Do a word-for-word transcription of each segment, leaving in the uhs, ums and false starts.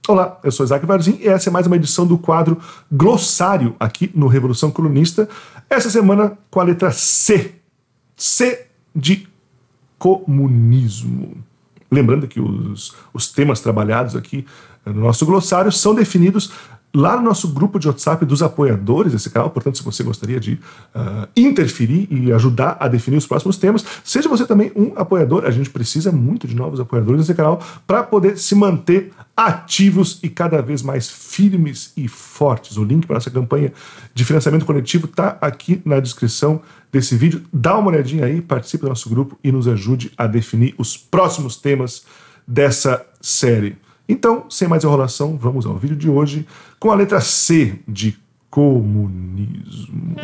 Olá, eu sou Isaac Varzim e essa é mais uma edição do quadro Glossário aqui no Revolução Colunista. Essa semana com a letra C. C de comunismo. Lembrando que os, os temas trabalhados aqui no nosso glossário são definidos lá no nosso grupo de WhatsApp dos apoiadores desse canal. Portanto, se você gostaria de uh, interferir e ajudar a definir os próximos temas, seja você também um apoiador. A gente precisa muito de novos apoiadores nesse canal para poder se manter ativos e cada vez mais firmes e fortes. O link para essa campanha de financiamento coletivo está aqui na descrição desse vídeo. Dá uma olhadinha aí, participe do nosso grupo e nos ajude a definir os próximos temas dessa série. Então, sem mais enrolação, vamos ao vídeo de hoje com a letra C de comunismo.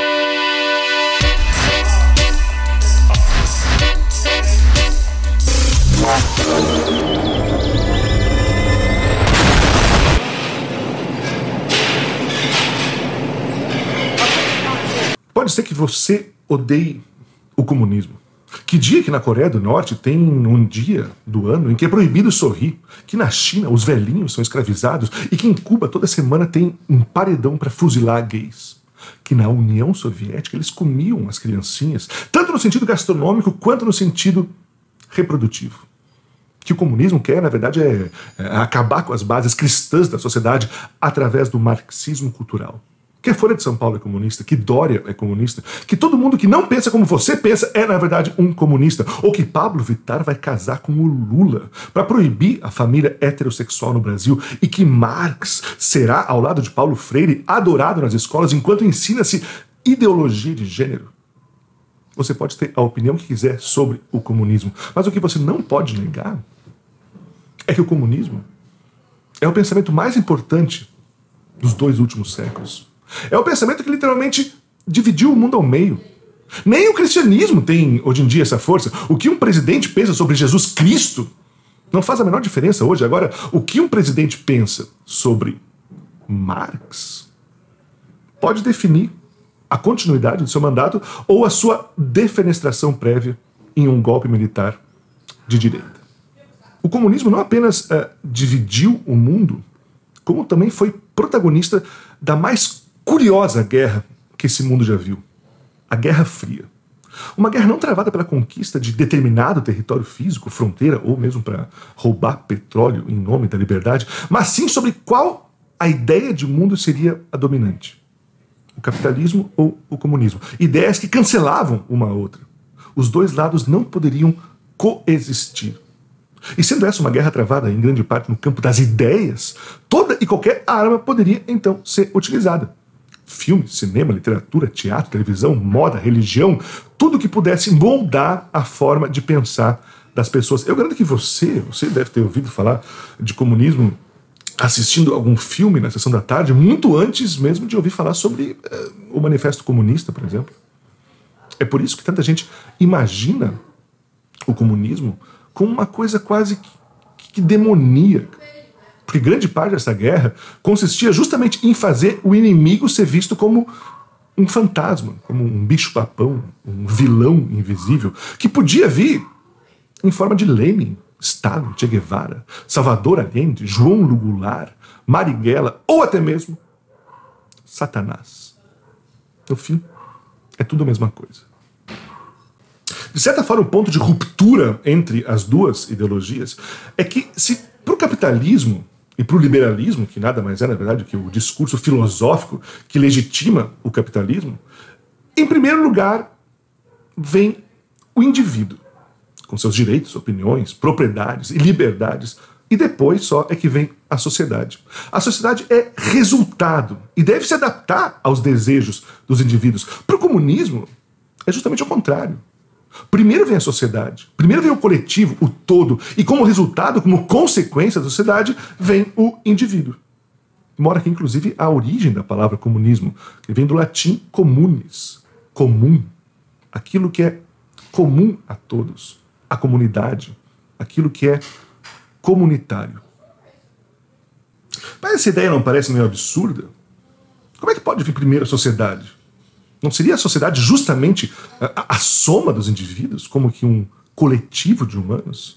Pode ser que você odeie o comunismo. Que dia que na Coreia do Norte tem um dia do ano em que é proibido sorrir, que na China os velhinhos são escravizados e que em Cuba toda semana tem um paredão para fuzilar gays, que na União Soviética eles comiam as criancinhas, tanto no sentido gastronômico quanto no sentido reprodutivo. Que o comunismo quer, na verdade, é, é acabar com as bases cristãs da sociedade através do marxismo cultural. Que a Folha de São Paulo é comunista, que Dória é comunista, que todo mundo que não pensa como você pensa é, na verdade, um comunista, ou que Pablo Vittar vai casar com o Lula para proibir a família heterossexual no Brasil e que Marx será, ao lado de Paulo Freire, adorado nas escolas enquanto ensina-se ideologia de gênero. Você pode ter a opinião que quiser sobre o comunismo, mas o que você não pode negar é que o comunismo é o pensamento mais importante dos dois últimos séculos. É o pensamento que literalmente dividiu o mundo ao meio. Nem o cristianismo tem hoje em dia essa força. O que um presidente pensa sobre Jesus Cristo não faz a menor diferença hoje. Agora, o que um presidente pensa sobre Marx pode definir a continuidade do seu mandato ou a sua defenestração prévia em um golpe militar de direita. O comunismo não apenas uh, dividiu o mundo, como também foi protagonista da mais curiosa guerra que esse mundo já viu. A Guerra Fria. Uma guerra não travada pela conquista de determinado território físico, fronteira, ou mesmo para roubar petróleo em nome da liberdade, mas sim sobre qual a ideia de mundo seria a dominante. O capitalismo ou o comunismo. Ideias que cancelavam uma a outra. Os dois lados não poderiam coexistir. E sendo essa uma guerra travada em grande parte no campo das ideias, toda e qualquer arma poderia então ser utilizada. Filme, cinema, literatura, teatro, televisão, moda, religião, tudo que pudesse moldar a forma de pensar das pessoas. Eu garanto que você, você deve ter ouvido falar de comunismo assistindo algum filme na sessão da tarde, muito antes mesmo de ouvir falar sobre uh, o Manifesto Comunista, por exemplo. É por isso que tanta gente imagina o comunismo como uma coisa quase que, que demoníaca. Porque grande parte dessa guerra consistia justamente em fazer o inimigo ser visto como um fantasma, como um bicho-papão, um vilão invisível, que podia vir em forma de Lenin, Stalin, Che Guevara, Salvador Allende, João Lugolar, Marighella ou até mesmo Satanás. No fim, é tudo a mesma coisa. De certa forma, o ponto de ruptura entre as duas ideologias é que, se para o capitalismo e para o liberalismo, que nada mais é, na verdade, que o discurso filosófico que legitima o capitalismo, em primeiro lugar vem o indivíduo, com seus direitos, opiniões, propriedades e liberdades, e depois só é que vem a sociedade. A sociedade é resultado e deve se adaptar aos desejos dos indivíduos. Para o comunismo, é justamente o contrário. Primeiro vem a sociedade, primeiro vem o coletivo, o todo, e como resultado, como consequência da sociedade, vem o indivíduo. Mora aqui, inclusive, a origem da palavra comunismo, que vem do latim communis, comum, aquilo que é comum a todos, a comunidade, aquilo que é comunitário. Mas essa ideia não parece meio absurda? Como é que pode vir primeiro a sociedade? Não seria a sociedade justamente a, a soma dos indivíduos, como que um coletivo de humanos?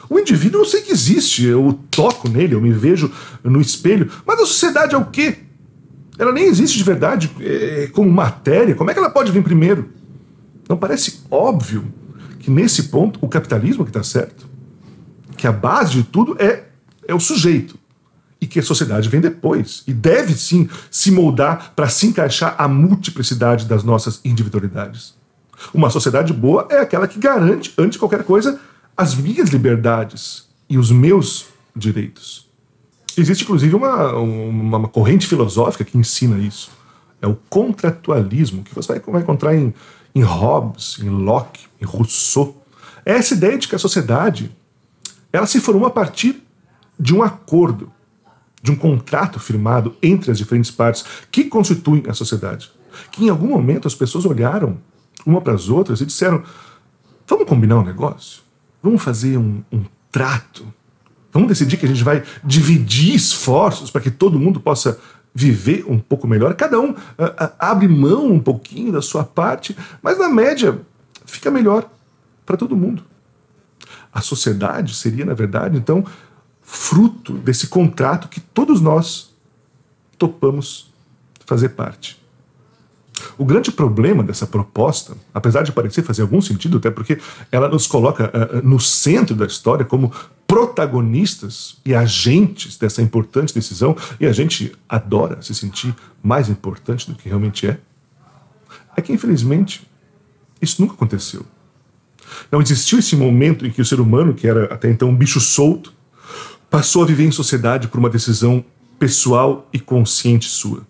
O indivíduo eu sei que existe, eu toco nele, eu me vejo no espelho, mas a sociedade é o quê? Ela nem existe de verdade é, como matéria, como é que ela pode vir primeiro? Não parece óbvio que nesse ponto o capitalismo que está certo? Que a base de tudo é, é o sujeito. E que a sociedade vem depois. E deve sim se moldar para se encaixar à multiplicidade das nossas individualidades. Uma sociedade boa é aquela que garante, antes de qualquer coisa, as minhas liberdades e os meus direitos. Existe, inclusive, uma, uma, uma corrente filosófica que ensina isso. É o contratualismo, que você vai encontrar em, em Hobbes, em Locke, em Rousseau. É essa ideia de que a sociedade ela se formou a partir de um acordo, de um contrato firmado entre as diferentes partes que constituem a sociedade. Que em algum momento as pessoas olharam uma para as outras e disseram: vamos combinar um negócio? Vamos fazer um, um trato? Vamos decidir que a gente vai dividir esforços para que todo mundo possa viver um pouco melhor. Cada um uh, uh, abre mão um pouquinho da sua parte, mas na média fica melhor para todo mundo. A sociedade seria, na verdade, então, fruto desse contrato que todos nós topamos fazer parte. O grande problema dessa proposta, apesar de parecer fazer algum sentido, até porque ela nos coloca uh, no centro da história como protagonistas e agentes dessa importante decisão, e a gente adora se sentir mais importante do que realmente é, é que, infelizmente, isso nunca aconteceu. Não existiu esse momento em que o ser humano, que era até então um bicho solto, passou a viver em sociedade por uma decisão pessoal e consciente sua.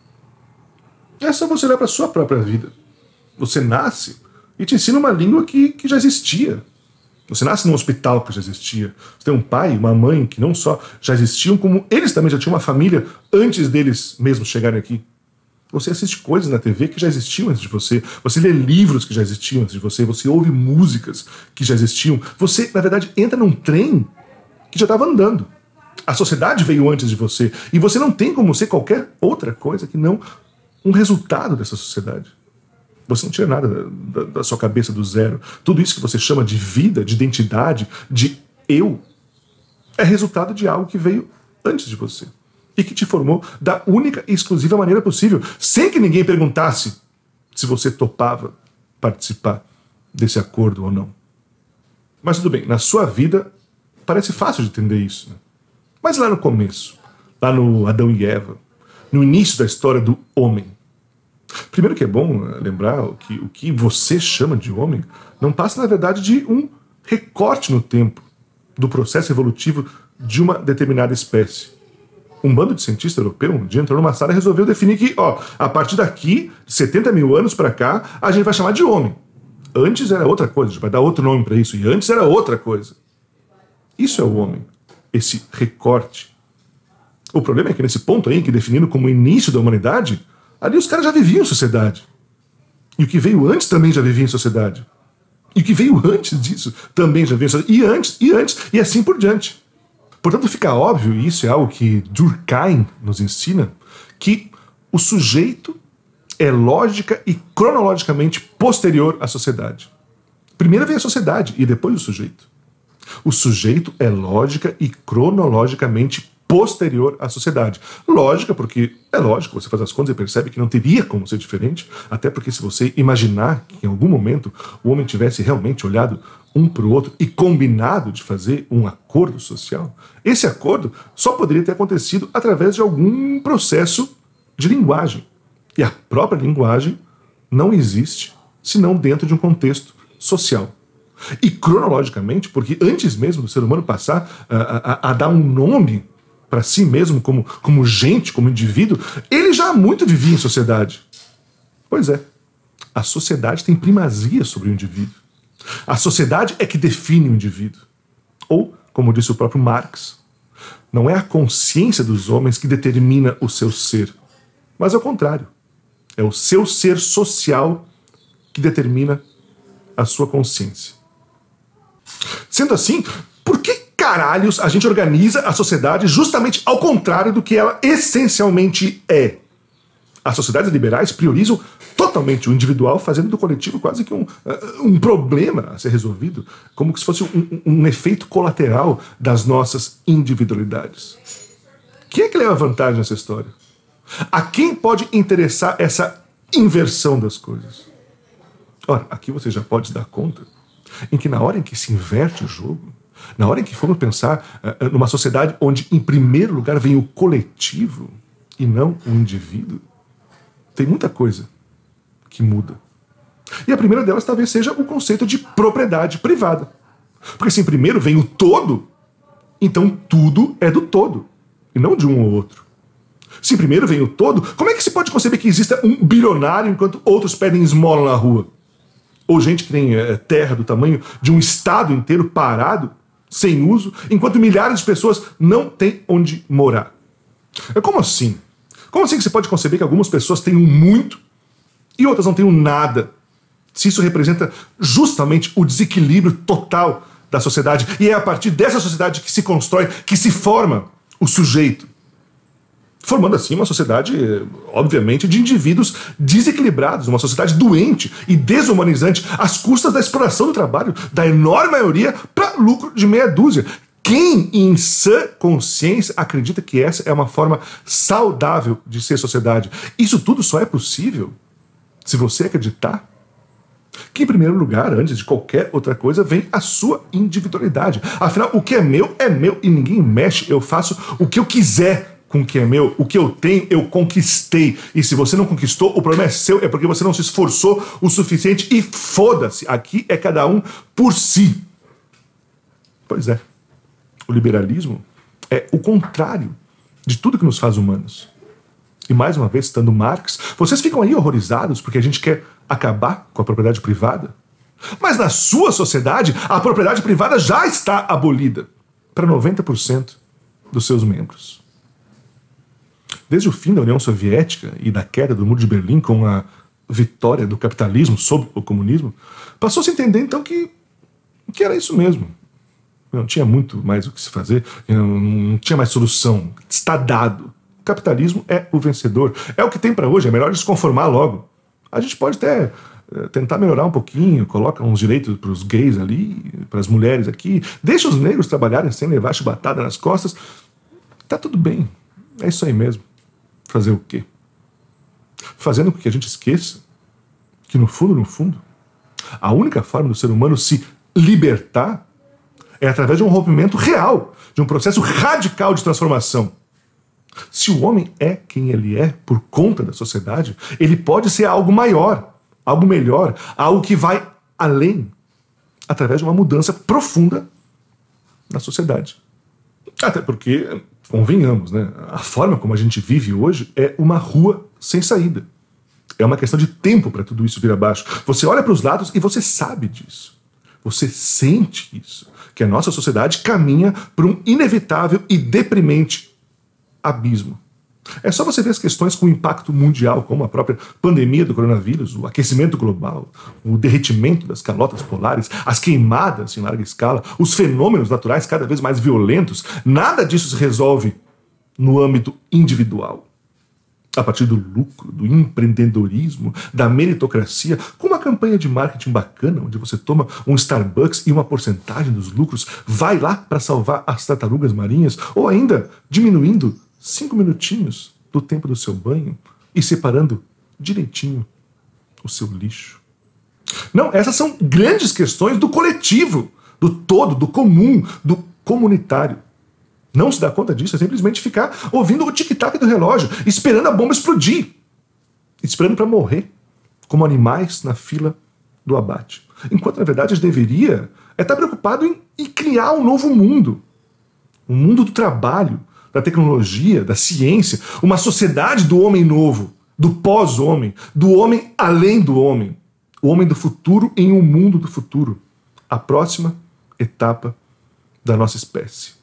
É só você olhar para a sua própria vida. Você nasce e te ensina uma língua que, que já existia. Você nasce num hospital que já existia. Você tem um pai e uma mãe que não só já existiam, como eles também já tinham uma família antes deles mesmos chegarem aqui. Você assiste coisas na T V que já existiam antes de você. Você lê livros que já existiam antes de você. Você ouve músicas que já existiam. Você, na verdade, entra num trem que já estava andando. A sociedade veio antes de você. E você não tem como ser qualquer outra coisa que não um resultado dessa sociedade. Você não tira nada da, da, da sua cabeça do zero. Tudo isso que você chama de vida, de identidade, de eu, é resultado de algo que veio antes de você. E que te formou da única e exclusiva maneira possível, sem que ninguém perguntasse se você topava participar desse acordo ou não. Mas tudo bem, na sua vida parece fácil de entender isso, né? Mas lá no começo, lá no Adão e Eva, no início da história do homem, primeiro que é bom lembrar que o que você chama de homem não passa, na verdade, de um recorte no tempo do processo evolutivo de uma determinada espécie. Um bando de cientistas europeus um dia entrou numa sala e resolveu definir que, ó, a partir daqui, de setenta mil anos para cá, a gente vai chamar de homem. Antes era outra coisa, a gente vai dar outro nome para isso, e antes era outra coisa. Isso é o homem, esse recorte. O problema é que nesse ponto aí, que definido como o início da humanidade, ali os caras já viviam em sociedade. E o que veio antes também já vivia em sociedade. E o que veio antes disso também já vivia em sociedade. E antes, e antes, e assim por diante. Portanto, fica óbvio, e isso é algo que Durkheim nos ensina, que o sujeito é lógica e cronologicamente posterior à sociedade. Primeiro vem a sociedade e depois o sujeito. O sujeito é lógica e cronologicamente posterior à sociedade. Lógica, porque é lógico, você faz as contas e percebe que não teria como ser diferente, até porque se você imaginar que em algum momento o homem tivesse realmente olhado um para o outro e combinado de fazer um acordo social, esse acordo só poderia ter acontecido através de algum processo de linguagem. E a própria linguagem não existe senão dentro de um contexto social. E cronologicamente, porque antes mesmo do ser humano passar a, a, a dar um nome para si mesmo, como, como gente, como indivíduo, ele já há muito vivia em sociedade. Pois é, a sociedade tem primazia sobre o indivíduo. A sociedade é que define o indivíduo. Ou, como disse o próprio Marx, não é a consciência dos homens que determina o seu ser, mas ao contrário, é o seu ser social que determina a sua consciência. Sendo assim, por que caralhos a gente organiza a sociedade justamente ao contrário do que ela essencialmente é? As sociedades liberais priorizam totalmente o individual, fazendo do coletivo quase que um, um problema a ser resolvido, como se fosse um, um efeito colateral das nossas individualidades. Quem é que leva vantagem nessa história? A quem pode interessar essa inversão das coisas? Ora, aqui você já pode se dar conta em que na hora em que se inverte o jogo, na hora em que formos pensar uh, numa sociedade onde em primeiro lugar vem o coletivo e não o indivíduo, tem muita coisa que muda. E a primeira delas talvez seja o conceito de propriedade privada. Porque se primeiro vem o todo, então tudo é do todo, e não de um ou outro. Se primeiro vem o todo, como é que se pode conceber que exista um bilionário enquanto outros pedem esmola na rua? Ou gente que tem é, terra do tamanho de um estado inteiro parado, sem uso, enquanto milhares de pessoas não têm onde morar? É como assim? Como assim que você pode conceber que algumas pessoas tenham muito e outras não tenham nada? Se isso representa justamente o desequilíbrio total da sociedade, e é a partir dessa sociedade que se constrói, que se forma o sujeito, formando assim uma sociedade, obviamente, de indivíduos desequilibrados, uma sociedade doente e desumanizante, às custas da exploração do trabalho da enorme maioria para lucro de meia dúzia. Quem, em sã consciência, acredita que essa é uma forma saudável de ser sociedade? Isso tudo só é possível se você acreditar que, em primeiro lugar, antes de qualquer outra coisa, vem a sua individualidade. Afinal, o que é meu é meu e ninguém mexe. Eu faço o que eu quiser com o que é meu. O que eu tenho, eu conquistei. E se você não conquistou, o problema é seu, é porque você não se esforçou o suficiente. E foda-se, aqui é cada um por si. Pois é. O liberalismo é o contrário de tudo que nos faz humanos. E mais uma vez, citando Marx, vocês ficam aí horrorizados porque a gente quer acabar com a propriedade privada? Mas na sua sociedade, a propriedade privada já está abolida para noventa por cento dos seus membros. Desde o fim da União Soviética e da queda do Muro de Berlim com a vitória do capitalismo sobre o comunismo, passou-se a entender então que, que era isso mesmo. Não tinha muito mais o que se fazer, não, não tinha mais solução. Está dado. O capitalismo é o vencedor. É o que tem para hoje, é melhor desconformar logo. A gente pode até uh, tentar melhorar um pouquinho, coloca uns direitos para os gays ali, para as mulheres aqui, deixa os negros trabalharem sem levar chibatada nas costas. Tá tudo bem. É isso aí mesmo. Fazer o quê? Fazendo com que a gente esqueça que, no fundo, no fundo, a única forma do ser humano se libertar é através de um rompimento real, de um processo radical de transformação. Se o homem é quem ele é por conta da sociedade, ele pode ser algo maior, algo melhor, algo que vai além, através de uma mudança profunda na sociedade. Até porque, convenhamos, né, a forma como a gente vive hoje é uma rua sem saída. É uma questão de tempo para tudo isso vir abaixo. Você olha para os lados e você sabe disso. Você sente isso, que a nossa sociedade caminha por um inevitável e deprimente abismo. É só você ver as questões com impacto mundial, como a própria pandemia do coronavírus, o aquecimento global, o derretimento das calotas polares, as queimadas em larga escala, os fenômenos naturais cada vez mais violentos. Nada disso se resolve no âmbito individual. A partir do lucro, do empreendedorismo, da meritocracia, com uma campanha de marketing bacana, onde você toma um Starbucks e uma porcentagem dos lucros vai lá para salvar as tartarugas marinhas, ou ainda diminuindo cinco minutinhos do tempo do seu banho e separando direitinho o seu lixo. Não, essas são grandes questões do coletivo, do todo, do comum, do comunitário. Não se dá conta disso é simplesmente ficar ouvindo o tic-tac do relógio, esperando a bomba explodir, esperando para morrer, como animais na fila do abate. Enquanto, na verdade, a gente deveria é estar preocupado em, em criar um novo mundo. Um mundo do trabalho, da tecnologia, da ciência, uma sociedade do homem novo, do pós-homem, do homem além do homem, o homem do futuro em um mundo do futuro, a próxima etapa da nossa espécie.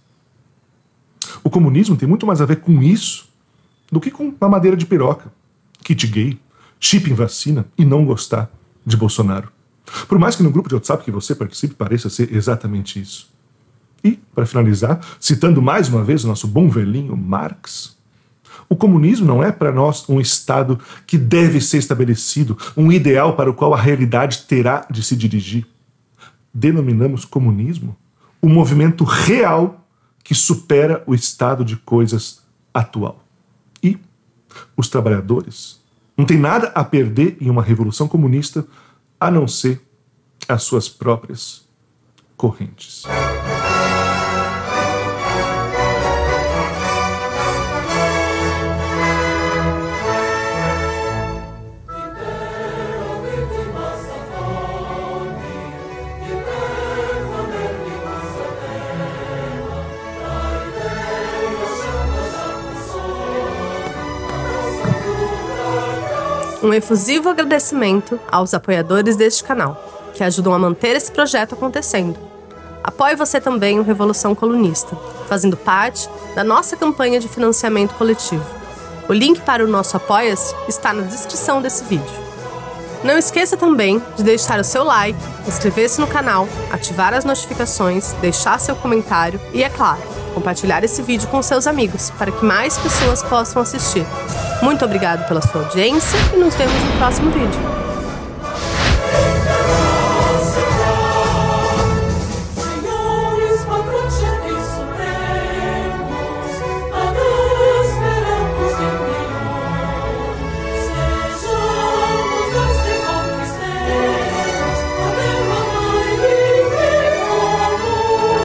O comunismo tem muito mais a ver com isso do que com mamadeira de piroca, kit gay, chip em vacina e não gostar de Bolsonaro. Por mais que no grupo de WhatsApp que você participe pareça ser exatamente isso. E, para finalizar, citando mais uma vez o nosso bom velhinho Marx, O comunismo não é para nós um Estado que deve ser estabelecido, um ideal para o qual a realidade terá de se dirigir. Denominamos comunismo o movimento real que supera o estado de coisas atual. E os trabalhadores não têm nada a perder em uma revolução comunista a não ser as suas próprias correntes. Um efusivo agradecimento aos apoiadores deste canal, que ajudam a manter esse projeto acontecendo. Apoie você também o Revolução Colunista, fazendo parte da nossa campanha de financiamento coletivo. O link para o nosso Apoia-se está na descrição desse vídeo. Não esqueça também de deixar o seu like, inscrever-se no canal, ativar as notificações, deixar seu comentário e, é claro, compartilhar esse vídeo com seus amigos para que mais pessoas possam assistir. Muito obrigado pela sua audiência e nos vemos no próximo vídeo.